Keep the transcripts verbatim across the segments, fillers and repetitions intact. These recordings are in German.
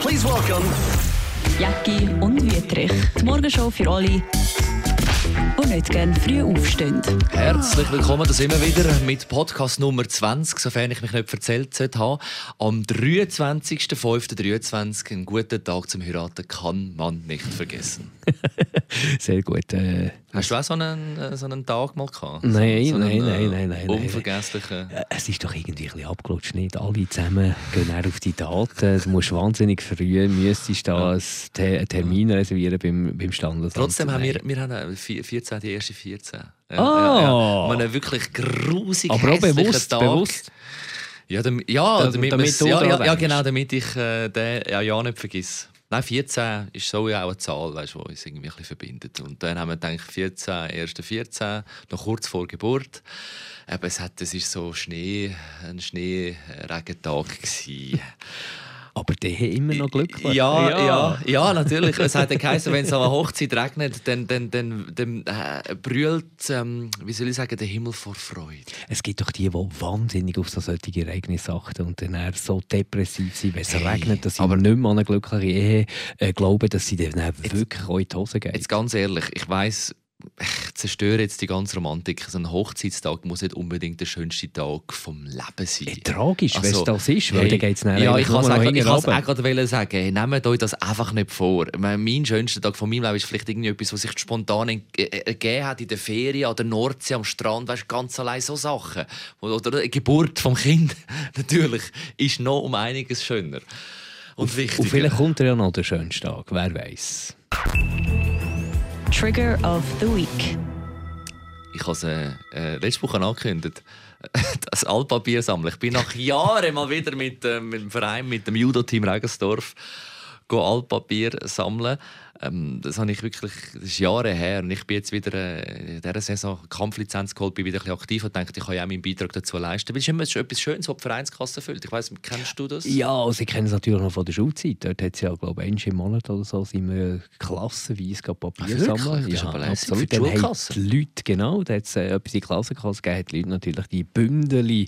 Please welcome Jacki und Wüthrich. Die Morgenshow für alle, die nicht gerne früh aufstehen. Herzlich willkommen, da sind wir wieder mit Podcast Nummer zwanzig, sofern ich mich nicht verzählt habe. Am dreiundzwanzigsten fünften dreiundzwanzig, einen guten Tag zum Heiraten kann man nicht vergessen. Sehr gut. Äh, Hast du auch so einen, so einen Tag mal gehabt? Nein, so nein, einen, nein, nein, nein. Unvergesslichen. Äh, es ist doch irgendwie ein bisschen abgelutscht, nicht? Alle zusammen gehen dann auf die Daten. Du musst wahnsinnig früh, müsstest da einen Te- Termin reservieren beim, beim Standesamt. Trotzdem haben wir, wir haben vierzehn, die erste vierzehn. Ja, Ah! ja, ja. Man einen wirklich grusig Aber auch hässlichen bewusst, Tag. bewusst. Ja, damit, ja, Da- damit, damit man's- du ja, daran ja, ja, denkst. genau, damit ich äh, den ja, ja nicht vergesse. Nein, vierzehn ist so ja auch eine Zahl, weißt, die uns irgendwie ein bisschen verbindet. Und dann haben wir gedacht, vierzehn, erster vierzehn, noch kurz vor Geburt. Eben, es hat, es ist so Schnee, ein Schneeregentag gewesen. Aber der hat immer noch Glück gehabt. Ja, ja, ja, ja, natürlich. Es hat geheißen, wenn es an einer Hochzeit regnet, dann, dann, dann, dann äh, brüllt, ähm, wie soll ich sagen, der Himmel vor Freude. Es gibt doch die, die wahnsinnig auf so solche Ereignisse achten und dann eher so depressiv sind, wenn es Hey, regnet, dass sie aber- aber nicht mehr an eine glückliche Ehe äh, glauben, dass sie dann wirklich auch in die Hose gehen. Jetzt ganz ehrlich, ich weiss, ich zerstöre jetzt die ganze Romantik. So ein Hochzeitstag muss nicht unbedingt der schönste Tag vom Leben sein. Äh, tragisch, wenn Also, es das ist, weil hey, dann geht es ja, ich kann es auch, ich kann's runter. auch gerade sagen, hey, nehmt euch das einfach nicht vor. Ich meine, mein schönster Tag von meinem Leben ist vielleicht irgendwie etwas, was sich spontan ent- äh, ergeben hat in der Ferien an der Nordsee, am Strand, weißt, ganz allein so Sachen. Oder eine Geburt vom Kind, natürlich, ist noch um einiges schöner. Und wichtiger. Und vielleicht kommt er ja noch der schönste Tag, wer weiß. Trigger of the Week. Ich habe es äh, äh, letzte Woche angekündigt. Das Altpapier sammeln. Ich bin nach Jahren mal wieder mit, äh, mit dem Verein, mit dem Judo-Team Regensdorf, go Altpapier sammeln. Ähm, das habe ich wirklich, das ist Jahre her. Und ich bin jetzt wieder äh, in dieser Saison Kampflizenz geholt, bin wieder ein bisschen aktiv und denke, ich kann ja auch meinen Beitrag dazu leisten. Weil es ist immer etwas Schönes, was die Vereinskasse füllt. Ich weiss, kennst du das? Ja, also ich kenne es natürlich noch von der Schulzeit. Dort hat es ja, glaube ich, einmal im Monat oder so sind wir klassenweise gerade Papier Ah, wirklich? sammeln. Das ist aber lässig. Für absolut. die Dann haben Schulkasse? die Leute, genau, da hat es äh, etwas in die Klassenkasse gegeben, hat die Leute natürlich die Bündel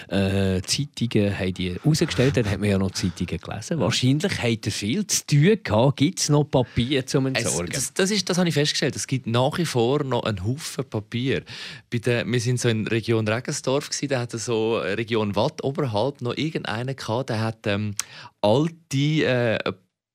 äh, Zeitungen haben die rausgestellt. Dann hat man ja noch Zeitungen gelesen. Wahrscheinlich hat er viel zu tun gehabt. Gibt es noch Papier zum Es, Entsorgen? das, das, ist, das habe ich festgestellt. Es gibt nach wie vor noch einen Haufen Papier. Bei der, wir waren so in der Region Regensdorf, da hatte so eine Region Watt oberhalb noch irgendeinen gehabt, der hat ähm, alte äh,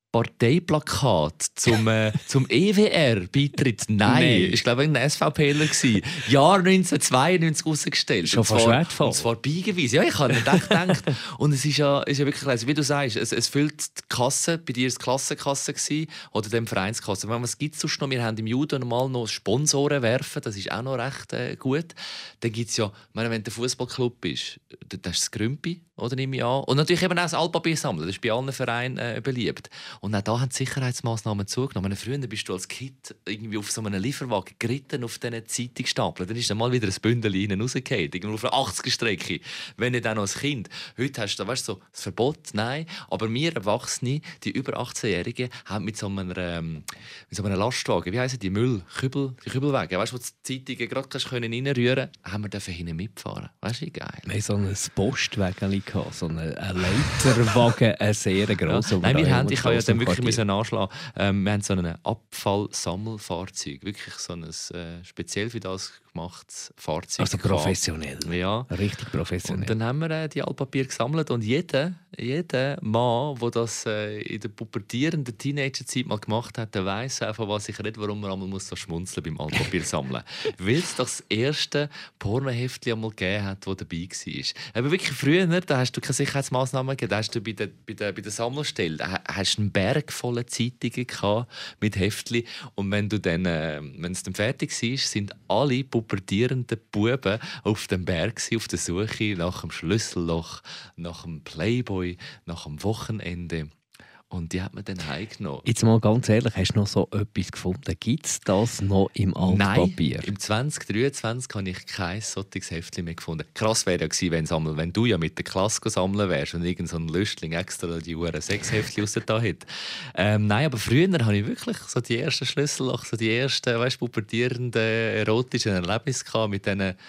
Parteiplakat zum, äh, zum E W R-Beitritt. Nein, Nein. ich glaube, ein SVPler gsi. Jahr neunzehnhundertzweiundneunzig rausgestellt. Schon Und fast zwar- wertvoll. Und zwar beigewiesen. Ja, ich habe nicht echt gedacht. Und es ist ja, ist ja wirklich, also wie du sagst, es, es füllt die Kasse. Bei dir war es die Klassenkasse gewesen, oder dem Vereinskasse. Was gibt es sonst noch? Wir haben im Judo normal noch Sponsoren werfen. Das ist auch noch recht äh, gut. Dann gibt es ja, ich meine, wenn der Fußballclub ist, dann das ist das Grümpi, oder nehme ich an. Und natürlich eben auch das Altpapier sammeln. Das ist bei allen Vereinen äh, beliebt. Und auch da haben die Sicherheitsmaßnahmen zugenommen. Früher bist du als Kind irgendwie auf so einem Lieferwagen geritten auf diesen Zeitungsstapeln. Dann ist dann mal wieder ein Bündel rein rausgefallen, irgendwo auf einer achtziger-Strecke. Wenn nicht auch noch als Kind. Heute hast du da, weißt du, so das Verbot, nein. Aber wir Erwachsene, die über achtzehn-Jährigen, haben mit so einem, ähm, mit so einem Lastwagen, wie heissen die, Müll, Kübel, die Kübelwagen, weißt du, wo du die Zeitungen gerade kannst können reinrühren können, haben wir dürfen hinten mitfahren. Weißt du, wie geil. Wir hatten so ein Postwagen, so einen einen Leiterwagen, einen sehr grossen. Nein, wir haben, ich kann ja dann wirklich Quartier. müssen nachschlagen. Ähm, wir haben so ein Abfallsammelfahrzeug, wirklich so ein äh, speziell für das gemachtes Fahrzeug. Also gehabt. professionell. Ja. Richtig professionell. Und dann haben wir äh, die Altpapier gesammelt und jeder, jeder Mann, der das äh, in der pubertierenden Teenagerzeit mal gemacht hat, der weiss auch, von was ich rede, warum man einmal muss so schmunzeln beim Altpapier sammeln. Weil es das erste Pornoheftchen einmal gegeben hat, das dabei war. Aber wirklich früher, da hast du keine Sicherheitsmaßnahmen gegeben, da hast du bei der, bei der, bei der Sammlerstelle da hast einen Berg voller Zeitungen gehabt, mit Heftchen. Und wenn du dann, äh, wenn es dann fertig war, sind alle pubertierenden Buben auf dem Berg gewesen, auf der Suche nach dem Schlüsselloch, nach dem Playboy, nach dem Wochenende. Und die hat man dann heimgenommen. Jetzt mal ganz ehrlich, hast du noch so etwas gefunden? Gibt es das noch im Altpapier? Nein, im zwanzig dreiundzwanzig habe ich kein solches Heftchen mehr gefunden. Krass wäre ja gewesen, wenn, sammeln, wenn du ja mit der Klasse sammeln wärst und irgend so ein Lüstling extra die Uhren sechs Heftchen raus da hat. Ähm, nein, aber früher hatte ich wirklich so die ersten Schlüsselloch, so die ersten, weißt, pubertierenden erotischen Erlebnisse gehabt mit diesen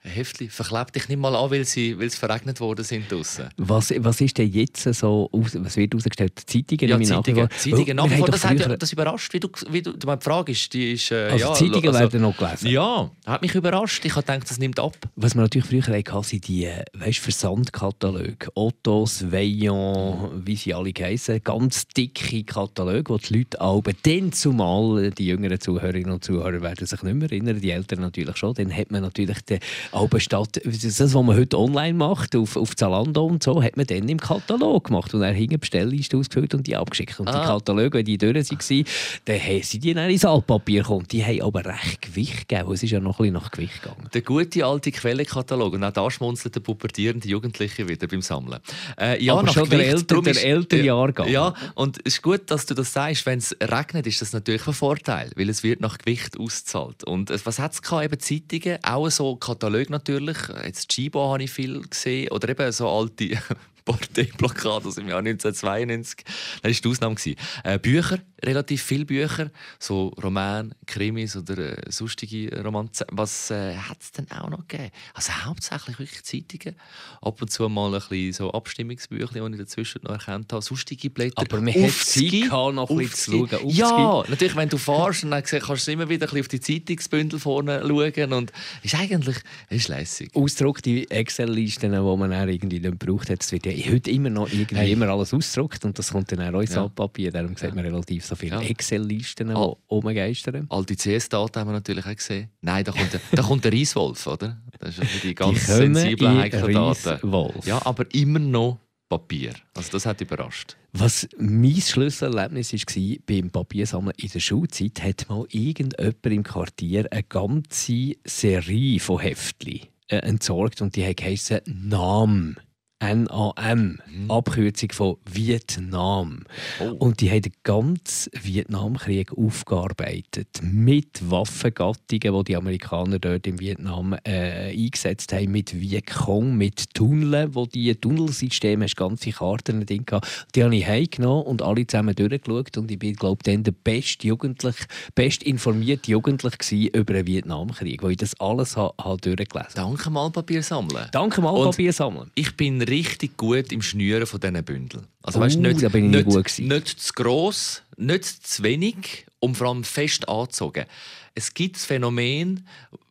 Heftli, verklebt dich nicht mal an, weil sie, weil sie verregnet worden sind draussen. Was, was ist denn jetzt so, aus, was wird ausgestellt? Zeitungen? Ja, Zeitungen. Zeitungen. Nach wie vor, das, früher... hat, das überrascht, wie du, wie du, die Frage ist, die ist... Äh, also ja, Zeitungen also, werden noch gelesen? Ja, hat mich überrascht. Ich habe gedacht, das nimmt ab. Was wir natürlich früher hatten, sind die weißt, Versandkataloge. Ottos, Veillon, wie sie alle heissen. Ganz dicke Kataloge, die die Leute alle, dann zumal die jüngeren Zuhörerinnen und Zuhörer werden sich nicht mehr erinnern, die Eltern natürlich schon. Dann hat man natürlich die Alben statt, das, was man heute online macht, auf, auf Zalando und so, hat man dann im Katalog gemacht. Und er hing eine Bestellliste ausgefüllt und die abgeschickt. Und ah. die Kataloge, wenn die durch waren, dann sind die dann ins Altpapier gekommen. Die haben aber recht Gewicht gegeben. Es ist ja noch ein bisschen nach Gewicht gegangen. Der gute alte Quellenkatalog. Und auch da schmunzelt der pubertierende Jugendliche wieder beim Sammeln. Äh, ja, aber schon Gewicht, der, der ältere Jahrgang. Ja, und es ist gut, dass du das sagst. Wenn es regnet, ist das natürlich ein Vorteil, weil es wird nach Gewicht ausgezahlt. Und was hat es gehabt? Eben Zeitungen, auch so Kataloge natürlich. Jetzt Chibo habe ich viel gesehen. Oder eben so alte Parteiplakate aus dem Jahr neunzehnhundertzweiundneunzig. Das war die Ausnahme. Äh, Bücher, relativ viele Bücher. So Romane, Krimis oder äh, sonstige Romanzen. Was äh, hat es denn auch noch gegeben? Also hauptsächlich wirklich Zeitungen. Ab und zu mal ein bisschen so Abstimmungsbücher, die ich dazwischen noch erkannt habe. Sonstige Blätter. Aber man hat Zeit gehabt, noch ein bisschen zu schauen. Ja, natürlich, wenn du fährst, dann kannst du immer wieder ein bisschen auf die Zeitungsbündel vorne schauen. Und ist eigentlich ist lässig. Ausdruck, die Excel-Listen, die man dann irgendwie dann braucht, das wird ja heute immer noch irgendwie hey. immer alles ausgedruckt und das kommt dann auch ins ja. Altpapier. Darum sieht man relativ so viele ja. Excel-Listen, die Al- rumgeistern. Alte C S-Daten haben wir natürlich auch gesehen. Nein, da kommt der, da kommt der Reiswolf, oder? Das ist die ganz die sensiblen, heiklen Daten. Ja, aber immer noch Papier. Also das hat überrascht. Was mein Schlüsselerlebnis war beim Papiersammeln in der Schulzeit, hat mal irgendjemand im Quartier eine ganze Serie von Heftchen äh, entsorgt und die heissen Nam. N A M, mhm. Abkürzung von Vietnam. Oh. Und die haben den ganzen Vietnamkrieg aufgearbeitet mit Waffengattungen, die die Amerikaner dort in Vietnam äh, eingesetzt haben, mit Vietcong, mit Tunneln, wo die Tunnelsysteme, hast ganze Karten drin gehabt. Die habe ich heimgenommen und alle zusammen durchgeschaut und ich bin, glaube ich, dann der best, Jugendlich, best informierte Jugendliche über den Vietnamkrieg, wo ich das alles ha, ha durchgelesen habe. Danke mal Papier sammeln. Danke mal Papier sammeln. Ich bin richtig gut im Schnüren von diesen Bündeln. Also, oh, weißt, nicht, da bin ich nicht, gut gewesen. Nicht zu gross, nicht zu wenig und vor allem fest angezogen. Es gibt das Phänomen,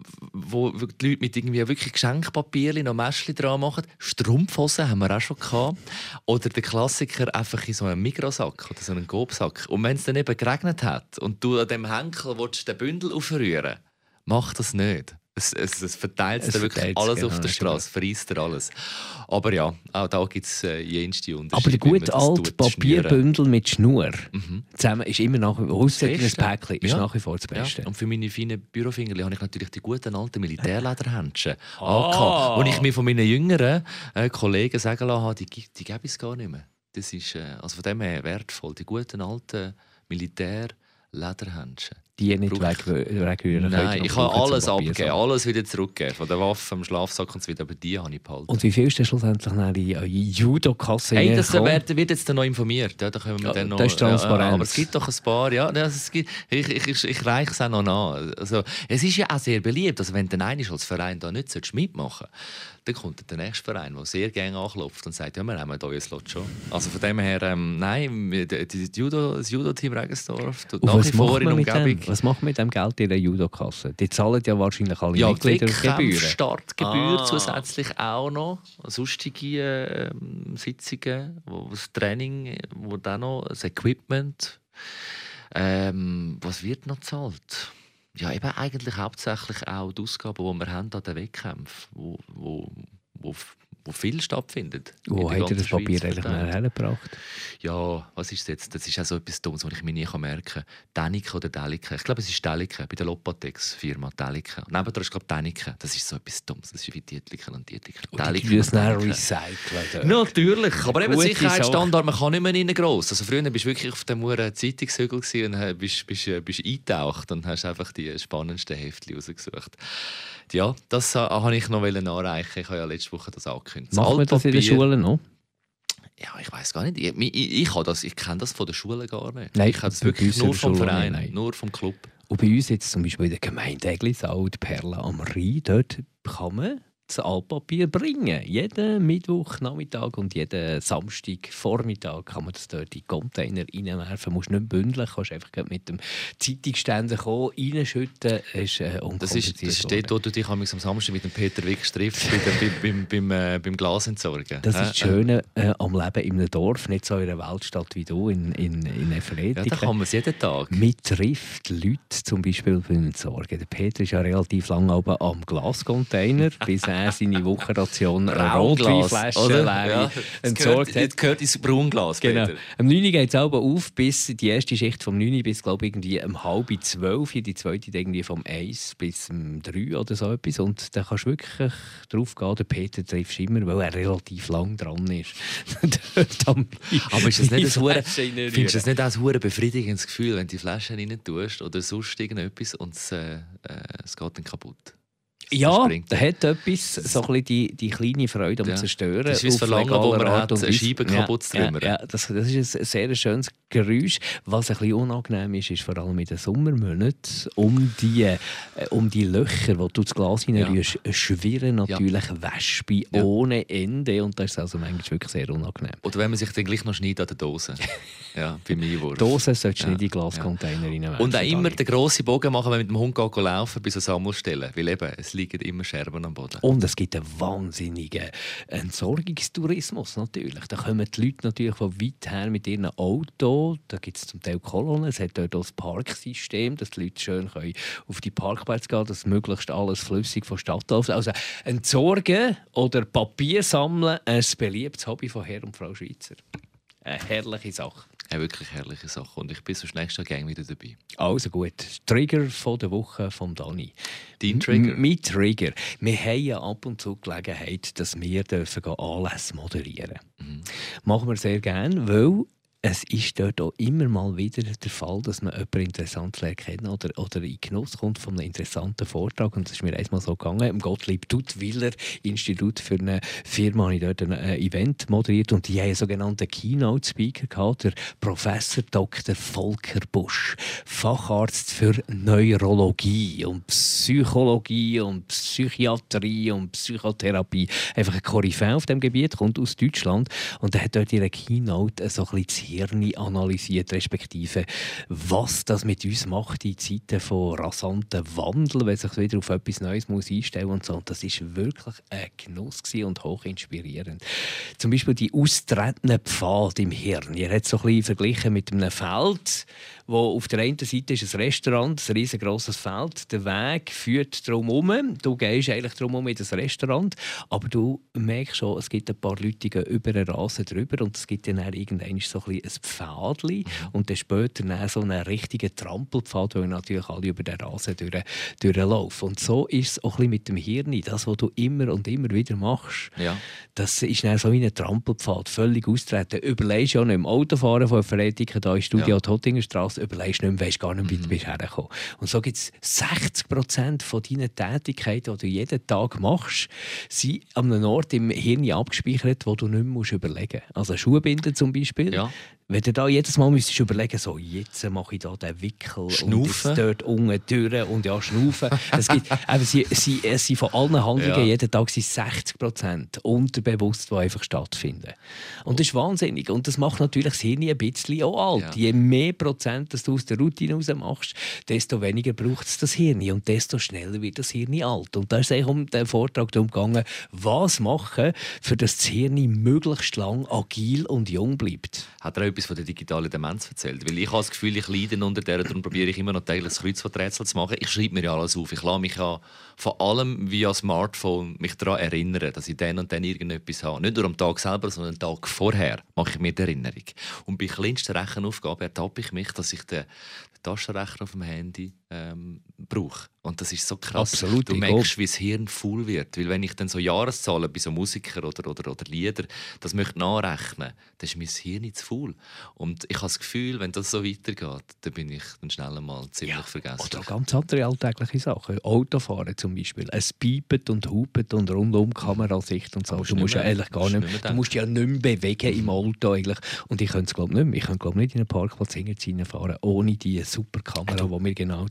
wo die Leute mit irgendwie wirklich Geschenkpapier noch Mäschchen dran machen. Strumpfhosen haben wir auch schon gehabt. Oder der Klassiker einfach in so einem Mikrosack oder so einem Gobsack. Und wenn es dann eben geregnet hat und du an dem Henkel willst, den Bündel aufrühren, mach das nicht. Es, es, es verteilt es wirklich alles genau, auf der Straße, verreist dir alles. Aber ja, auch da gibt es äh, jenste Unterschiede. Aber der gute alte Papierbündel mit Schnur mhm. zusammen ist immer nach wie vor, ausser ein Päckchen, ist ja. nach wie vor das Beste. Ja. Und für meine feinen Bürofinger habe ich natürlich die guten alten Militärlederhändchen oh. angehabt, die ich mir von meinen jüngeren äh, Kollegen sagen lassen habe, die, die gebe es gar nicht mehr. Das ist äh, also von dem her wertvoll, die guten alten Militärlederhändchen. Die nicht wegrühren. Nein, ich habe alles abgegeben, alles wieder zurückgegeben. Von der Waffe, dem Schlafsack und so weiter, aber die habe ich behalten. Und wie viel ist denn schlussendlich in eure Judo-Kasse? Hey, das wird, wird jetzt noch informiert. Ja, da können wir ja, dann noch, das ist transparent. Ja, aber es gibt doch ein paar, ja, es gibt, ich, ich, ich, ich reiche es auch noch nach. Also, es ist ja auch sehr beliebt, also wenn du einer als Verein da nicht mitmachen sollst, dann kommt der nächste Verein, der sehr gerne anklopft und sagt, ja, wir nehmen hier ein Slot schon. Also von dem her, ähm, nein, das Judo, das Judo-Team Regensdorf tut nach wie vor in Umgebung. Was macht man mit dem Geld in der Judo-Kasse? Die zahlen ja wahrscheinlich alle ja, Mitgliedergebühren. Startgebühr ah. zusätzlich auch noch. Sonstige äh, Sitzungen, wo das Training, wo dann noch das Equipment. Ähm, was wird noch gezahlt? Ja, eben eigentlich hauptsächlich auch die Ausgaben, die wir haben an den Wettkämpfen, wo, wo, wo, wo viel stattfindet. Wo habt ihr das Papier eigentlich hergebracht? Ja, was ist das jetzt? Das ist auch so etwas Dummes, was ich mir nie merken kann. Däniken oder Deliken? Ich glaube, es ist Deliken, bei der Lopatex-Firma Deliken. Neben da ist, glaube ich, Däniken. Das ist so etwas Dummes. Das ist wie Dietliken und Dietliken. Und die müssen dann recyceln. Natürlich, aber eben Sicherheitsstandard, man kann nicht mehr rein gross. Also früher bist du wirklich auf dem Zeitungshügel und bist, bist, bist eingetaucht und hast einfach die spannendsten Heftchen rausgesucht. Ja, das äh, wollte ich noch nachreichen. Ich habe ja letzte Woche das angekündigt. Macht man das in der Schule noch? Ja, ich weiß gar nicht. Ich, ich, ich, das, ich kenne das von der Schule gar nicht. Nein, ich kenne das wirklich nur vom Verein, nein. Nur vom Club. Und bei uns jetzt zum Beispiel in der Gemeinde Eglisau, die Perle am Rhein, dort kann man das Altpapier bringen. Jeden Mittwochnachmittag und jeden Samstagvormittag kann man das dort in die Container reinwerfen. Du musst nicht bündeln, kannst einfach mit dem Zeitungsständer kommen, reinschütten. Ist, äh, das ist das steht, wo du dich am Samstag mit dem Peter Wick triffst, beim, beim, beim, äh, beim Glasentsorgen. Das ist das Schöne äh, am Leben in einem Dorf, nicht so in einer Weltstadt wie du in, in, in Efretiken. Ja, da kann man es jeden Tag. Man trifft Leute zum Beispiel beim Entsorgen. Der Peter ist ja relativ lange am Glascontainer, bis er seine Wochenration Rotweinflaschen leer ja, entsorgt gehört, hat. gehört ins Braunglas, genau. Am neun Uhr geht es auf, bis die erste Schicht vom neun Uhr bis glaube ich, irgendwie um halb zwölf, die zweite irgendwie vom eins bis um drei oder so etwas. Und da kannst du wirklich drauf gehen, den Peter triffst du immer, weil er relativ lang dran ist. Aber ist das nicht ein hure, findest du das nicht auch ein hure befriedigendes Gefühl, wenn du die Flaschen rein tust oder sonst irgendetwas und es, äh, äh, es geht dann kaputt? Ja, da hat etwas, so ein bisschen die, die kleine Freude am ja. Zerstören. Das ist wie das Verlangen, wo man hat, eine Scheibe kaputt zu trümmern. Ja, ja, das, das ist ein sehr schönes Geräusch. Was ein bisschen unangenehm ist, ist vor allem in den Sommermonaten, um die, äh, um die Löcher, die du ins Glas hineinrührst, ja. schwirren natürlich ja. Wespen ja. ohne Ende. Und das ist also manchmal wirklich sehr unangenehm. Oder wenn man sich dann gleich noch schneidet an der Dose. Ja, beim Einwurf. Dosen solltest du ja. nicht in Glascontainer ja. reinwerfen. Und auch immer den grossen Bogen machen, wenn man mit dem Hund geht, laufen bei so Sammelstellen. Weil eben, es liegen immer Scherben am Boden. Und es gibt einen wahnsinnigen Entsorgungstourismus natürlich. Da kommen die Leute natürlich von weit her mit ihren Autos. Da gibt es zum Teil Kolonnen. Es hat dort auch das Parksystem, dass die Leute schön können auf die Parkplätze gehen können, dass möglichst alles flüssig von Stadt läuft. Also Entsorgen oder Papier sammeln, ein beliebtes Hobby von Herr und Frau Schweizer. Eine herrliche Sache. Eine wirklich herrliche Sache. Und ich bin so nächstes Jahr wieder dabei. Also gut. Trigger von der Woche von Dani. Dein Trigger? M- mein Trigger. Wir haben ja ab und zu die Gelegenheit, dass wir dürfen Anlässe moderieren dürfen. Mhm. Machen wir sehr gerne, weil es ist dort auch immer mal wieder der Fall, dass man jemanden interessant lernt kennen oder, oder in Genuss kommt von einem interessanten Vortrag. Und das ist mir einmal so gegangen. Im Gottlieb Duttwiller Institut für eine Firma habe ich dort ein Event moderiert und die haben einen sogenannten Keynote-Speaker gehabt, der Professor Doktor Volker Busch, Facharzt für Neurologie und Psychologie und Psychiatrie und Psychotherapie. Einfach ein Koryphäe auf diesem Gebiet, kommt aus Deutschland und er hat dort in einer Keynote so ein bisschen Hirn analysiert, respektive was das mit uns macht in Zeiten von rasanten Wandel, wenn sich wieder auf etwas Neues muss einstellen und so. Und das ist wirklich ein Genuss und hoch inspirierend. Zum Beispiel die austretenden Pfade im Hirn. Ihr habt es so ein bisschen verglichen mit einem Feld, wo auf der einen Seite ist ein Restaurant, ein riesengroßes Feld. Der Weg führt drum herum. Du gehst eigentlich drum herum in das Restaurant, aber du merkst schon, es gibt ein paar Leute, die gehen über den Rasen drüber und es gibt dann irgendwann so ein Pfadli und dann später dann so einen richtigen Trampelpfad, wo natürlich alle über den Rasen durch, durchlaufen. Und so ist es auch ein bisschen mit dem Hirn. Das, was du immer und immer wieder machst, ja. das ist dann so wie ein Trampelpfad, völlig austreten. Überlegst ja nicht im Autofahren von Efretiken, da in Studio ja. Hottingerstrasse, überlegst nicht mehr, weisst gar nicht, wie du bist hergekommen. Und so gibt es sechzig Prozent von deinen Tätigkeiten, die du jeden Tag machst, sind an einem Ort im Hirn abgespeichert, wo du nicht mehr überlegen musst. Also Schuhbinden zum Beispiel. Ja. Wenn du da jedes Mal müsstest überlegen, so, jetzt mache ich da den Wickel Schnaufen. und dort unten durch und ja, schnaufen. Es gibt, eben, sie, sie, es sind von allen Handlungen ja. jeden Tag sind sechzig Prozent unterbewusst, die einfach stattfinden. Und das ist wahnsinnig. Und das macht natürlich das Hirn ein bisschen auch alt. Ja. Je mehr Prozent dass du aus der Routine raus machst, desto weniger braucht es das Hirn. Und desto schneller wird das Hirn alt. Und da ist es um den Vortrag darum gegangen, was machen, für das das Hirn möglichst lang agil und jung bleibt. Hat er etwas von der digitalen Demenz erzählt? Weil ich habe das Gefühl, ich leide unter der, darum probiere ich immer noch täglich das Kreuzworträtsel zu machen. Ich schreibe mir ja alles auf. Ich lasse mich ja vor allem via Smartphone mich daran erinnern, dass ich dann und dann irgendetwas habe. Nicht nur am Tag selber, sondern am Tag vorher mache ich mir die Erinnerung. Und bei kleinsten Rechenaufgaben ertappe ich mich, dass ich den Taschenrechner auf dem Handy ähm, brauche. Und das ist so krass. Absolut, du merkst, wie das Hirn voll wird. Weil wenn ich dann so Jahreszahlen bei so Musikern oder, oder, oder Lieder das möchte nachrechnen, dann ist mein Hirn zu voll. Und ich habe das Gefühl, wenn das so weitergeht, dann bin ich dann schnell mal ziemlich ja. vergessen. Oder ganz andere alltägliche Sachen. Autofahren zum Beispiel. Es piepet und hupet und rundum Kamerasicht und so. Du musst ja eigentlich gar nicht mehr, du musst ja nicht mehr bewegen im Auto eigentlich. Und ich könnte es glaube nicht mehr. Ich könnte glaube nicht in einen Parkplatz hinterziehen fahren, ohne die super Kamera, die mir genau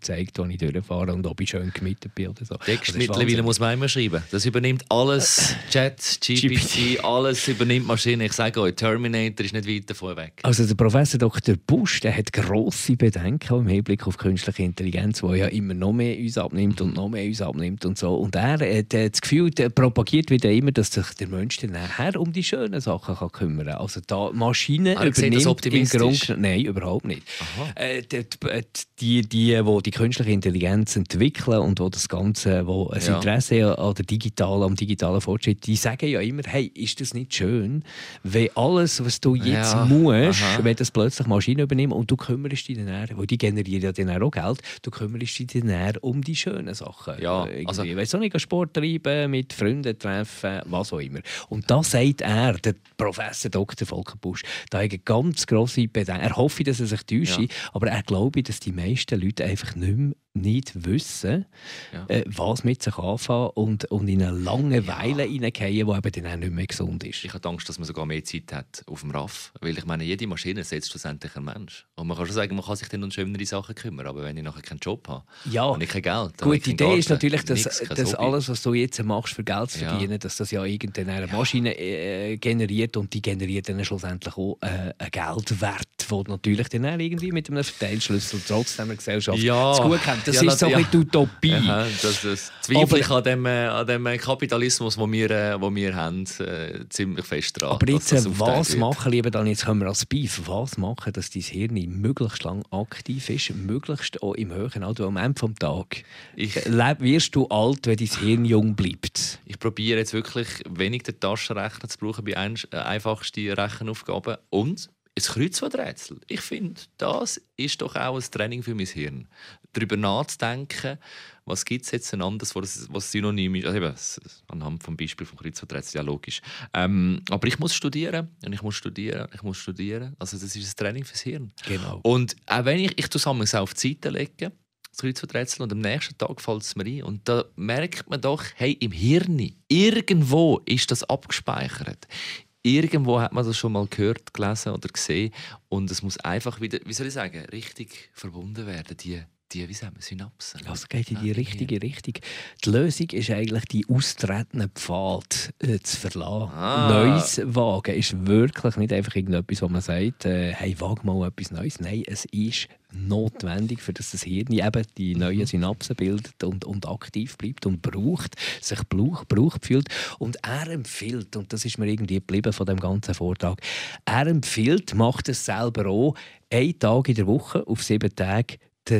zeigt, wo ich durchfahre und ob ich schön gemietet bin oder so. Text mittlerweile muss man immer schreiben. Das übernimmt alles. Chat, G P T, alles übernimmt Maschine. Ich sage euch, Terminator ist nicht weit davon weg. Also der Professor Doktor Busch, der hat grosse Bedenken im Hinblick auf künstliche Intelligenz, die ja immer noch mehr uns abnimmt und noch mehr uns abnimmt und so. Und er hat das Gefühl, der propagiert wieder immer, dass sich der Mensch dann nachher um die schönen Sachen kann kümmern kann. Also da Maschine ah, übernimmt das optimistisch? im Grunde... Nein, überhaupt nicht. Äh, die, die, die, die die künstliche Intelligenz entwickeln und wo das Ganze, wo ein ja. Interesse an der digitalen, am digitalen Fortschritt, die sagen ja immer, hey, ist das nicht schön, wenn alles, was du jetzt ja. musst, Aha. wenn das plötzlich Maschinen übernehmen und du kümmerst dich dann, weil die generieren ja dann auch Geld, du kümmerst dich dann um die schönen Sachen. Ja, also, also, weißt du nicht, Sport treiben, mit Freunden treffen, was auch immer. Und da sagt er, der Professor Doktor Volker Busch, da hat eine ganz grosse Bedenken. Er hoffe, dass er sich täuscht, ja. aber er glaube, dass die meisten Leute einfach nicht mehr nicht wissen, ja. äh, was mit sich anfangen und, und in eine Langeweile ja. hineingehen, die eben dann auch nicht mehr gesund ist. Ich habe Angst, dass man sogar mehr Zeit hat auf dem R A F. Weil ich meine, jede Maschine setzt schlussendlich einen Mensch. Und man kann schon sagen, man kann sich dann um schönere Sachen kümmern, aber wenn ich nachher keinen Job habe ja. und ich kein Geld habe, Gute Idee Garten, ist natürlich, dass, nichts, dass alles, was du jetzt machst, für Geld zu verdienen, ja. dass das ja irgendeine Maschine äh, generiert und die generiert dann schlussendlich auch äh, einen Geldwert, der natürlich dann auch irgendwie mit einem Verteilschlüssel trotzdem eine Gesellschaft ja. zu gut kommt. Das ja, ist so ja. ein bisschen Utopie. Ja, das, das zweifle ich an dem, an dem Kapitalismus, den wir, äh, wir haben, äh, ziemlich fest dran. Aber jetzt, das was wird. machen, lieber dann, jetzt kommen wir als Beef, was machen, dass dein Hirn möglichst lang aktiv ist, möglichst auch im höheren Alter, am Ende des Tages ich, wirst du alt, wenn dein Hirn jung bleibt? Ich probiere jetzt wirklich wenig den Taschenrechner zu brauchen bei ein, äh, einfachsten Rechenaufgaben und ein Kreuzworträtsel. Ich finde, das ist doch auch ein Training für mein Hirn. Darüber nachzudenken, was gibt es jetzt anderes, was, was synonym ist. Also eben, anhand vom Beispiel vom Kreuzworträtsel, ja logisch. Ähm, aber ich muss studieren und ich muss studieren, ich muss studieren. Also das ist ein Training fürs Hirn. Genau. Und auch wenn ich, ich zusammen auf die Seite lege, das Kreuzworträtsel, und am nächsten Tag fällt es mir ein. Und da merkt man doch, hey, im Hirn, irgendwo ist das abgespeichert. Irgendwo hat man das schon mal gehört, gelesen oder gesehen. Und es muss einfach wieder, wie soll ich sagen, richtig verbunden werden, die, die wie sagen wir, Synapsen. Also geht in die richtige Richtung. Die Lösung ist eigentlich, die austretenden Pfad äh, zu verlassen. Ah. Neues wagen ist wirklich nicht einfach irgendetwas, wo man sagt, äh, hey, wag mal etwas Neues. Nein, es ist notwendig, für dass das Hirn eben die neuen Synapsen bildet und, und aktiv bleibt und braucht, sich braucht, braucht fühlt. Und er empfiehlt, und das ist mir irgendwie geblieben von dem ganzen Vortrag, er empfiehlt, macht es selber auch, einen Tag in der Woche auf sieben Tage der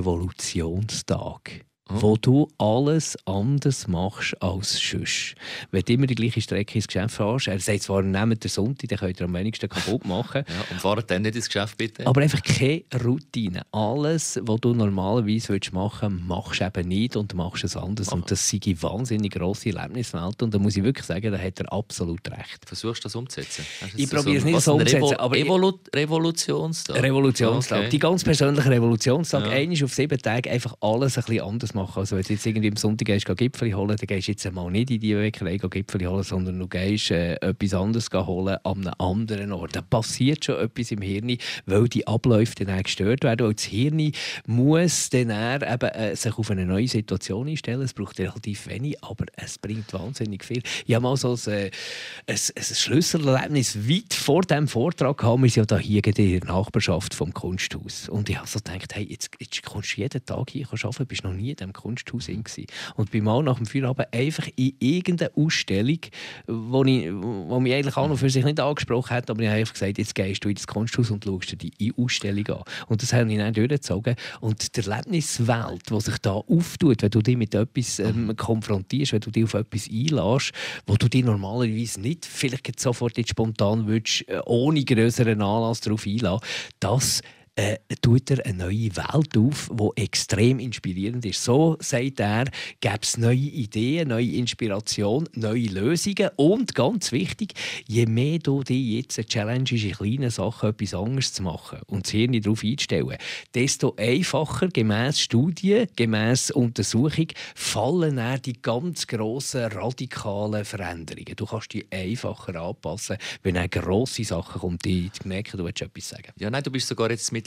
Revolutionstag. Oh. Wo du alles anders machst als sonst. Wenn du immer die gleiche Strecke ins Geschäft fährst, er sagt zwar, nehmt den Sonntag, den könnt ihr am wenigsten kaputt machen. Ja, und fahrt dann nicht ins Geschäft, bitte. Aber einfach keine Routine. Alles, was du normalerweise machen willst, machst du eben nicht und machst es anders. Oh. Und das sind eine wahnsinnig grosse Erlebniswelt. Und da muss ich wirklich sagen, da hat er absolut recht. Versuchst du das umzusetzen? Ich probiere es nicht so umzusetzen. Aber Revol Revolutionstag? Revolutionstag. Okay. Die ganz persönliche Revolutionstag. Ja. Einmal auf sieben Tage einfach alles ein bisschen anders machen. Also wenn du jetzt irgendwie am Sonntag gehst, Gipfeli holen, dann gehst du jetzt mal nicht in die Bäckerei Gipfeli holen, sondern du gehst äh, etwas anderes holen an einem anderen Ort. Da passiert schon etwas im Hirn, weil die Abläufe dann auch gestört werden. Weil das Hirn muss dann eben, äh, sich auf eine neue Situation einstellen. Es braucht relativ wenig, aber es bringt wahnsinnig viel. Ich habe mal so ein, äh, ein, ein Schlüsselerlebnis weit vor diesem Vortrag gehabt. Wir sind ja hier in der Nachbarschaft vom Kunsthaus. Und ich habe so gedacht, hey, jetzt, jetzt kommst du jeden Tag hier arbeiten, bist noch nie in diesem Kunsthaus hin gewesen. Und bin mal nach dem Feierabend einfach in irgendeine Ausstellung, wo, ich, wo mich eigentlich auch noch für sich nicht angesprochen hat, aber ich habe einfach gesagt, jetzt gehst du in das Kunsthaus und schaust dir die Ausstellung an. Und das habe ich dann durchgezogen. Und die Erlebniswelt, die sich da auftut, wenn du dich mit etwas ähm, konfrontierst, wenn du dich auf etwas einlässt, wo du dich normalerweise nicht vielleicht sofort jetzt spontan würdest, ohne grösseren Anlass darauf einlassen, das Äh, tut er eine neue Welt auf, die extrem inspirierend ist. So, sagt er, gäbe es neue Ideen, neue Inspiration, neue Lösungen und, ganz wichtig, je mehr du dich jetzt challengest, in kleinen Sachen etwas anderes zu machen und das Hirn darauf einzustellen, desto einfacher, gemäss Studien, gemäss Untersuchung, fallen dann die ganz grossen, radikalen Veränderungen. Du kannst dich einfacher anpassen, wenn dann grosse Sachen kommen, die merken, du willst etwas sagen. Ja, nein, du bist sogar jetzt mit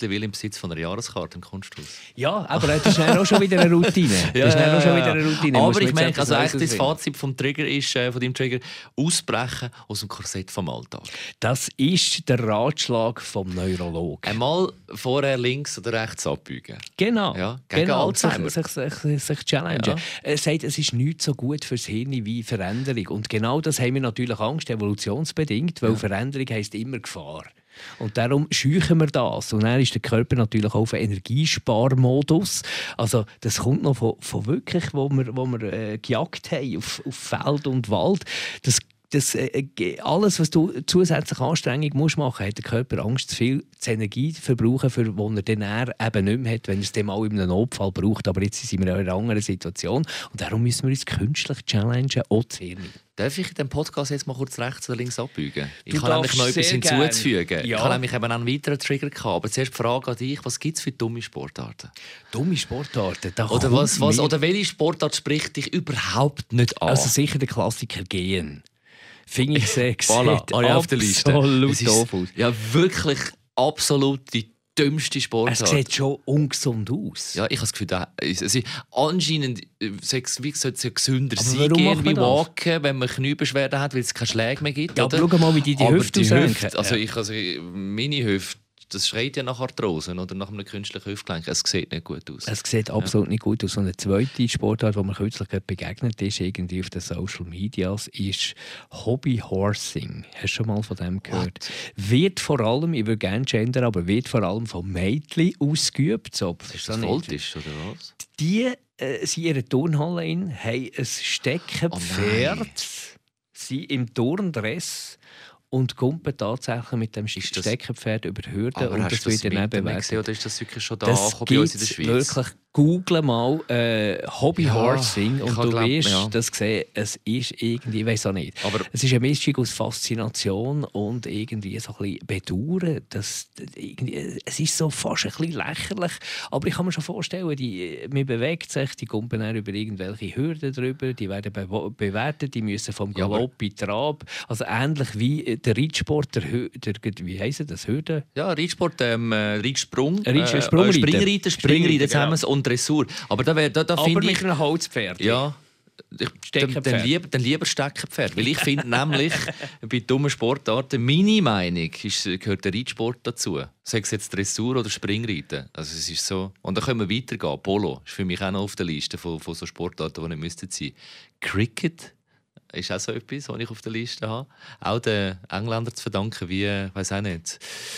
mittlerweile im Besitz von einer Jahreskarte im Kunsthaus. Ja, aber das ist auch schon wieder eine Routine. Ja, das ist ja, auch schon ja. wieder eine Routine. Aber Musst du ich jetzt merke, etwas also echt das auswählen. Fazit vom Trigger ist, äh, von deinem Trigger, ausbrechen aus dem Korsett vom Alltag. Das ist der Ratschlag vom Neurologen. Einmal vorher links oder rechts abbiegen. Genau. Ja, gegen genau. Alzheimer. Sich, sich, sich, sich challengen. Ja. Er sagt, es ist nicht so gut fürs Hirn wie Veränderung. Und genau das haben wir natürlich Angst, evolutionsbedingt, weil Ja. Veränderung heisst immer Gefahr. Und darum scheuchen wir das. Und dann ist der Körper natürlich auch auf Energiesparmodus. Also das kommt noch von, von wirklich, wo wir, wo wir äh, gejagt haben auf, auf Feld und Wald. Das Das, äh, alles, was du zusätzlich Anstrengung musst machen, hat der Körper Angst, zu viel Energie zu verbrauchen, für die er dann eher eben nicht mehr hat, wenn er es dann mal in einem Notfall braucht. Aber jetzt sind wir in einer anderen Situation und darum müssen wir uns künstlich challengen, auch zu Hirn. Darf ich in diesem Podcast jetzt mal kurz rechts oder links abbiegen? Ich Du kann nämlich darfst noch etwas sehr gern. hinzuzufügen. Ja. Ich habe nämlich eben einen weiteren Trigger gehabt. Aber zuerst die Frage an dich, was gibt es für dumme Sportarten? Dumme Sportarten. Da Oder, kommt was, was, mir- oder welche Sportart spricht dich überhaupt nicht an? Also sicher der Klassiker Gehen. Finde ich sehr Voilà, sieht habe ich auf der Liste. absolut Es ist doof aus. ja wirklich absolut die dümmste Es Sportart. sieht schon ungesund aus. Ja, ich habe das Gefühl, da- es ist anscheinend äh, sechs- wie sollte es ja gesünder Aber sein, warum gehen macht wie man das? Walken, wenn man Kniebeschwerden hat, weil es keine Schläge mehr gibt. Ja, oder? aber schau mal, wie die die Aber Hüfte die ausrenken. Hüfte, also Ja. ich, also meine Hüfte, das schreit ja nach Arthrose oder nach einem künstlichen Hüftgelenk. Es sieht nicht gut aus. Es sieht absolut nicht gut aus. Und eine zweite Sportart, die mir kürzlich gerade begegnet ist, irgendwie auf den Social Medias, ist Hobbyhorsing. Hast du schon mal von dem gehört? Wird vor allem, ich würde gerne gendern, aber wird vor allem von Mädchen ausgeübt. So, Ist das Voltisch oder was? Die äh, sind in einer Turnhalle, in, haben ein Steckenpferd, Oh sind im Turndress und kumpen tatsächlich mit dem Ist das- Steckenpferd über Hürden. Aber Und hast das du das wird dann im auch Internet bewertet. gesehen, oder ist das wirklich schon da Das angekommen bei uns in der gibt's Schweiz? wirklich. Google mal äh, Hobbyhorsing Ja, ich und hab du glaub, wirst ja. das sehen, es ist irgendwie, ich weiß auch nicht. Aber Es ist eine Mischung aus Faszination und irgendwie so ein bisschen Bedauern. Das, irgendwie, es ist so fast ein bisschen lächerlich. Aber ich kann mir schon vorstellen, die, man bewegt sich, die kommen dann über irgendwelche Hürden drüber, die werden be bewertet, die müssen vom Ja, aber- Galopp in Trab. Also ähnlich wie der Reitsport, der, Hö der wie heisst das, Hürden? ja, Reitsport, ähm, äh, Reitsprung, Reits- äh, Sprungreiten. Springreiten, Springreiten Springreiten, zusammen und Dressur. Aber da, wär- da, da Aber finde mit ich... einem Holzpferd. Ja, ich, dann, Steckenpferd. dann, lieber, dann lieber Steckenpferd. Weil ich finde nämlich, bei dummen Sportarten, meine Meinung ist, gehört der Reitsport dazu. Sei es jetzt Dressur oder Springreiten. Also es ist so. Und dann können wir weitergehen. Polo ist für mich auch noch auf der Liste von, von so Sportarten, die nicht müssten sein. Cricket ist auch so etwas, was ich auf der Liste habe. Auch den Engländern zu verdanken, wie, weiß auch nicht,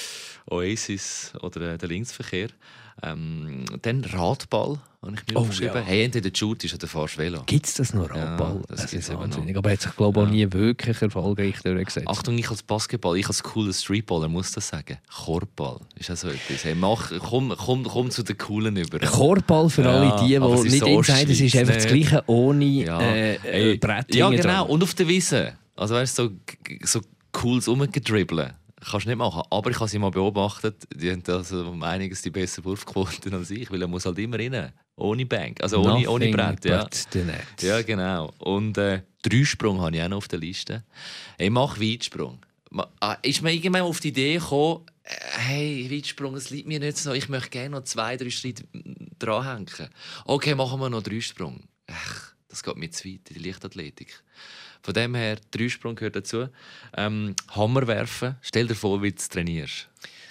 Oasis oder der Linksverkehr. Ähm, dann Radball, habe ich mir Oh, aufgeschrieben. ja. Hey, entweder shootest oder fahrst Velo. Gibt es das noch, Ja, Radball? das das gibt's ist eben wahnsinnig. noch. Aber hat sich, glaube ich, auch Ja. nie wirklich erfolgreich durchgesetzt. Achtung, ich als Basketball, ich als cooler Streetballer muss das sagen. Korbball ist auch so etwas. Hey, mach, komm, komm, komm zu den Coolen über. Korbball für Ja, alle die, aber es die ist nicht so Insiders ist, ist einfach das Ostschweiz, Gleiche ohne Ja. äh, Ey, äh, Brett ja, hinten genau. dran. Und auf der Wiese. Also weißt du, so, so cooles Rumgedribbeln. Kannst du nicht machen. Aber ich habe sie mal beobachtet, die haben also um einiges die bessere Wurfquote als ich, weil er muss halt immer rein. Ohne Bank. Also ohne, ohne Nothing Brett. Ja. but the net. Ja, genau. Und äh, Dreisprung habe ich auch noch auf der Liste. Ich mache Weitsprung. Ma- ah, Ist mir irgendwann auf die Idee gekommen, äh, hey, Weitsprung, es liegt mir nicht so, ich möchte gerne noch zwei, drei Schritte dranhängen. Okay, machen wir noch Dreisprung. Ach, das geht mir zu weit, in die Leichtathletik. Von dem her, Dreisprung gehört dazu. Ähm, Hammer werfen, stell dir vor, wie du es trainierst.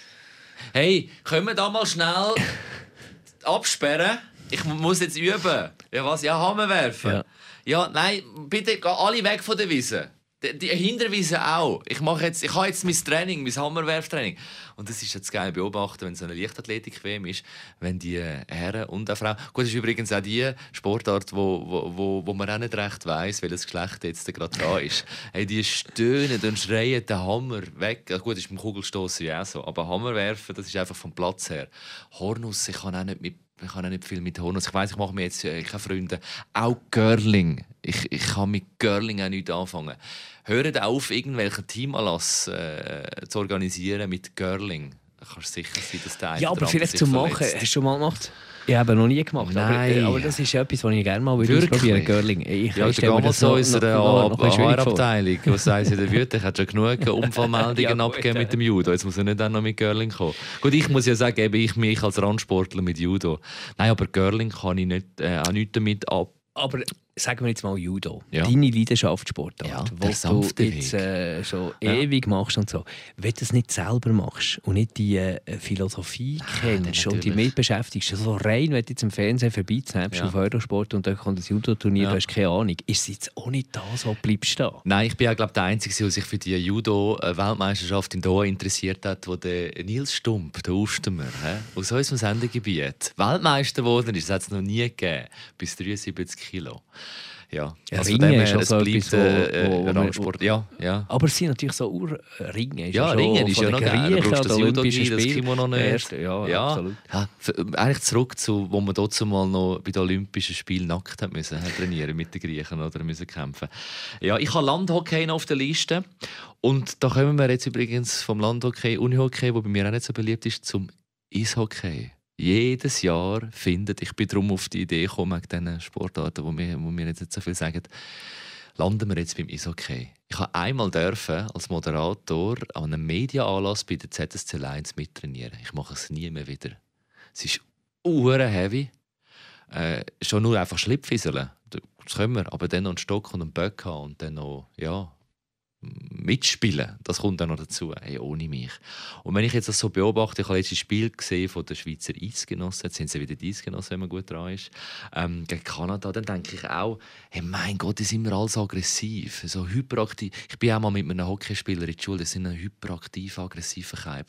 Hey, können wir da mal schnell absperren? Ich muss jetzt üben. Ja, was? Ja, Hammer werfen. Ja. Ja, nein, bitte geh alle weg von der Wiese. Die, die Hinterwiese auch. Ich, mache jetzt, ich habe jetzt mein Training, mein Hammerwerftraining. Und das ist jetzt geil beobachten, wenn es eine Leichtathletik-W M ist, wenn die Herren und auch Frauen... Gut, das ist übrigens auch die Sportart, wo, wo, wo, wo man auch nicht recht weiss, welches Geschlecht jetzt gerade da ist. Hey, die stöhnen und schreien den Hammer weg. Ja, gut, das ist beim Kugelstossen ja auch so. Aber Hammerwerfen, das ist einfach vom Platz her. Hornus, ich kann auch nicht mit Ich habe auch nicht viel mit Hornus. Ich weiss, ich mache mir jetzt äh, keine Freunde. Auch Girling. Ich, ich kann mit Girling auch nichts anfangen. Hört auf, irgendwelchen Teamanlass äh, zu organisieren mit Girling. kannst du sicher sein, dass der eine Ja, aber vielleicht zum Machen. verletzt. Hast du schon mal gemacht? Ich habe noch nie gemacht. Nein. Aber, aber das ist etwas, was ich gerne mal Wirklich? probieren würde. Görling. Ich, Ja, ich da stelle mir gehen wir das so noch- in unserer noch- noch ein bisschen schwierig vor. Abteilung. Was sagen sie, der Wüte? Ich habe schon genug Unfallmeldungen Ja, gut, abgegeben äh. mit dem Judo. Jetzt muss er nicht auch noch mit Görling kommen. Gut, ich muss ja sagen, eben ich mich als Randsportler mit Judo. Nein, aber Görling kann ich nicht, äh, auch nichts damit ab. Aber sagen wir jetzt mal Judo. Ja. Deine Leidenschaftssportart, Ja, der die du sanfte jetzt Weg. äh, schon Ja. ewig machst und so. Wenn du es nicht selber machst und nicht die äh, Philosophie kennst und dich natürlich. mit beschäftigst, so rein, wenn du jetzt im Fernsehen vorbeizählst Ja. auf Eurosport und dann kommt das Judo-Turnier, Ja. du hast keine Ahnung, ist es jetzt auch nicht das, was bleibst da? Nein, ich bin ja, glaube der Einzige, der sich für die Judo-Weltmeisterschaft in Doha interessiert hat, wo der Nils Stump, der Ustermer, hä, aus unserem Sendegebiet Weltmeister geworden ist. Das hat es noch nie gegeben. Bis dreiundsiebzig Kilo. Ja, Ja, also Ringen von dem ist her, auch es so bleibt etwas, wo- äh, wo- wo man- Randsport. Ja, ja. Aber es sind natürlich so Ur-Ringen. Ja, Ringen ist ja noch geil. Du brauchst das Judo nie, das Kimono nicht. Erste, ja, Ja, absolut. ja, f- eigentlich zurück zu, wo man dazu mal noch bei den Olympischen Spielen nackt hat müssen hat trainieren mit den Griechen oder müssen kämpfen. Ja, ich habe Landhockey noch auf der Liste und da kommen wir jetzt übrigens vom Landhockey, Unihockey, wo bei mir auch nicht so beliebt ist, zum Eishockey. Jedes Jahr findet, ich bin darum auf die Idee gekommen, wegen diesen Sportarten, wo wir, wo wir jetzt nicht so viel sagen, landen wir jetzt beim Eishockey. Ich habe einmal dürfen, als Moderator an einem Medienanlass bei der Z S C Lions mittrainieren. Ich mache es nie mehr wieder. Es ist ure heavy. Äh, schon nur einfach Schlipfwieseln, das können wir, aber dann noch einen Stock und einen Böck haben und dann noch, ja, mitspielen, das kommt dann noch dazu, hey, ohne mich. Und wenn ich jetzt das so beobachte, ich habe jetzt ein Spiel gesehen von den Schweizer Eisgenossen, jetzt sind sie wieder die Eisgenossen, wenn man gut dran ist, ähm, gegen Kanada, dann denke ich auch, hey, mein Gott, die sind wir alle so aggressiv, so hyperaktiv. Ich bin auch mal mit einem Hockeyspieler in der Schule, das war ein hyperaktiv aggressiver Kerl.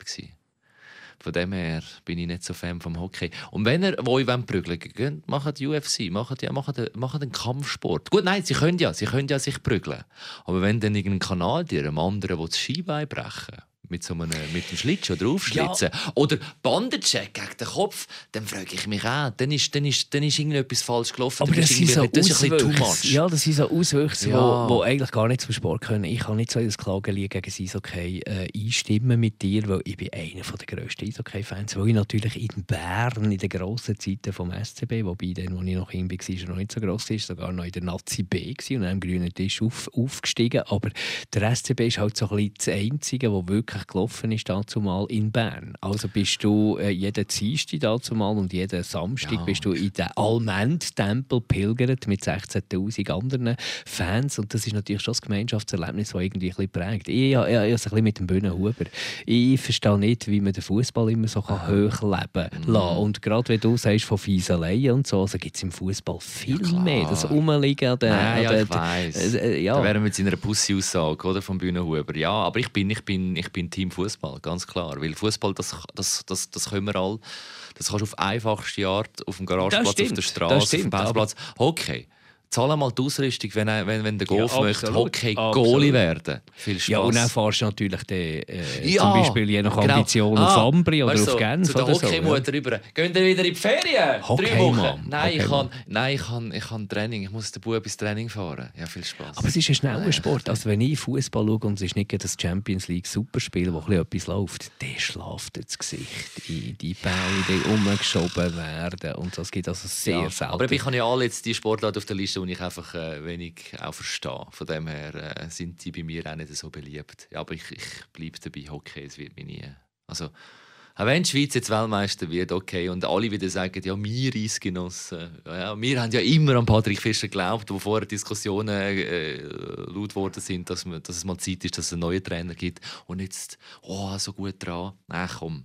Von dem her bin ich nicht so Fan vom Hockey. Und wenn ihr euch prügeln wollt, macht U F C, macht, ja, macht, macht einen Kampfsport. Gut, nein, sie können ja, sie können ja sich prügeln. Aber wenn dann irgendein Kanadier einem anderen will das Schienbein brechen mit so einem mit dem Schlitsch oder aufschlitzen ja. oder Bandencheck gegen den Kopf, dann frage ich mich auch, dann ist, dann ist, dann ist irgendetwas falsch gelaufen. Aber das, ist so das ist ein bisschen too much. Ja, das sind so Auswüchse, Ja. die ja. eigentlich gar nicht zum Sport können. Ich kann nicht so in das Klagenlied gegen das Eishockey äh, einstimmen mit dir, weil ich bin einer der grössten Eishockey-Fans, weil ich natürlich in Bern in den grossen Zeiten vom S C B, wobei dann, als ich noch hin war, war noch nicht so gross, ist sogar noch in der Nazi B gewesen, und am grünen Tisch auf, aufgestiegen. Aber der S C B ist halt so ein bisschen das Einzige, das wirklich gelaufen ist dazu mal in Bern. Also bist du äh, jeden Dienstag dazu mal und jeden Samstag Ja. bist du in den Almend-Tempel pilgert mit sechzehntausend anderen Fans, und das ist natürlich schon das Gemeinschaftserlebnis, das irgendwie ein bisschen prägt. Ich, ich, ich, ich ein bisschen mit dem Bühnenhuber. Ich verstehe nicht, wie man den Fußball immer so kann hochleben kann. Mhm. Und gerade wenn du sagst von Fieseleien und so, also gibt es im Fußball viel Ja, mehr. Das Umliegen an den... Nein, ja, an den- ich weiss. äh, ja. Da wären wir mit seiner Pussy-Aussage oder, vom Bühnenhuber. Ja, aber ich bin, ich bin, ich bin Team Fußball, ganz klar. Weil Fußball, das, das, das, das können wir alle. Das kannst du auf einfachste Art auf dem Garageplatz, stimmt, auf der das Straße, auf dem stimmt, Pausenplatz. Hockey. Zahl mal die Ausrüstung, wenn, wenn, wenn der Golf Ja, möchte, absolut, Hockey-Goalie absolut. werden. Viel Spaß. Ja, und dann fährst du natürlich den, äh, Ja, zum Beispiel je nach genau. Ambition Ah, auf Ambri oder weißt auf du, Genf zu der oder so. Hockeymutter rüber. Gehen wir wieder in die Ferien? Drei Hockeymann. Wochen? Nein, ich Hockeymann. kann, nein ich, kann, ich kann Training. Ich muss den Bub ins Training fahren. Ja, viel Spaß. Aber es ist ein schneller Sport. Also wenn ich Fußball schaue und es ist nicht das Champions League Superspiel, wo etwas läuft, dann schläft das Gesicht ein. Die Bälle, die umgeschoben werden. Und das gibt also sehr Ja, selten. aber ich habe ja alle jetzt die Sportarten auf der Liste, die ich einfach äh, wenig auch verstehe. Von dem her äh, sind die bei mir auch nicht so beliebt. Ja, aber ich, ich bleibe dabei, Hockey, es wird mich nie... Also, auch wenn die Schweiz jetzt Weltmeister wird, okay, und alle wieder sagen, ja, wir Eisgenossen, ja, wir haben ja immer an Patrick Fischer geglaubt, wo vorher Diskussionen äh, laut geworden sind, dass, man, dass es mal Zeit ist, dass es einen neuen Trainer gibt. Und jetzt, oh, so gut dran. Ach komm.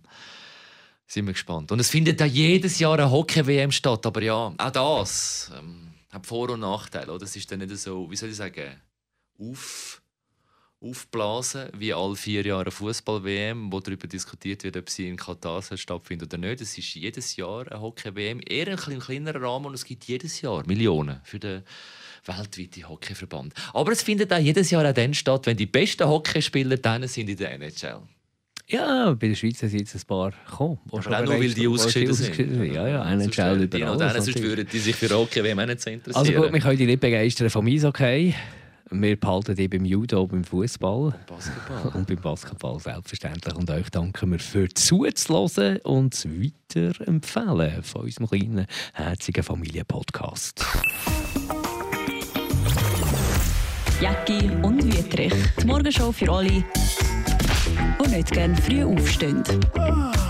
Sind wir gespannt. Und es findet ja jedes Jahr eine Hockey-W M statt. Aber ja, auch das ähm, hat Vor- und Nachteile. Oder? Es ist dann nicht so, wie soll ich sagen, auf, aufblasen wie alle vier Jahre Fußball-W M, wo darüber diskutiert wird, ob sie in Katar stattfindet oder nicht. Es ist jedes Jahr eine Hockey-W M, eher ein bisschen kleinerer Rahmen, und es gibt jedes Jahr Millionen für den weltweiten Hockeyverband. Aber es findet auch jedes Jahr auch dann statt, wenn die besten Hockeyspieler dann sind in der N H L. Ja, bei der Schweiz sind jetzt ein paar gekommen. Aber auch nur, weil die ausgeschieden sind. Ja, ja, N H L die überall. noch, sonst würden die sich für Hockey W M nicht so interessieren. Also gut, wir können dich nicht begeistern vom Eishockey. Wir behalten dich beim Judo, beim Fußball Basketball. und beim Basketball selbstverständlich. Und euch danken wir für zuzuhören und das Weiterempfehlen von unserem kleinen, herzigen Familienpodcast. Jäcki und Wüthrich. Die Morgenshow für alle, die nicht gerne früh aufstehen.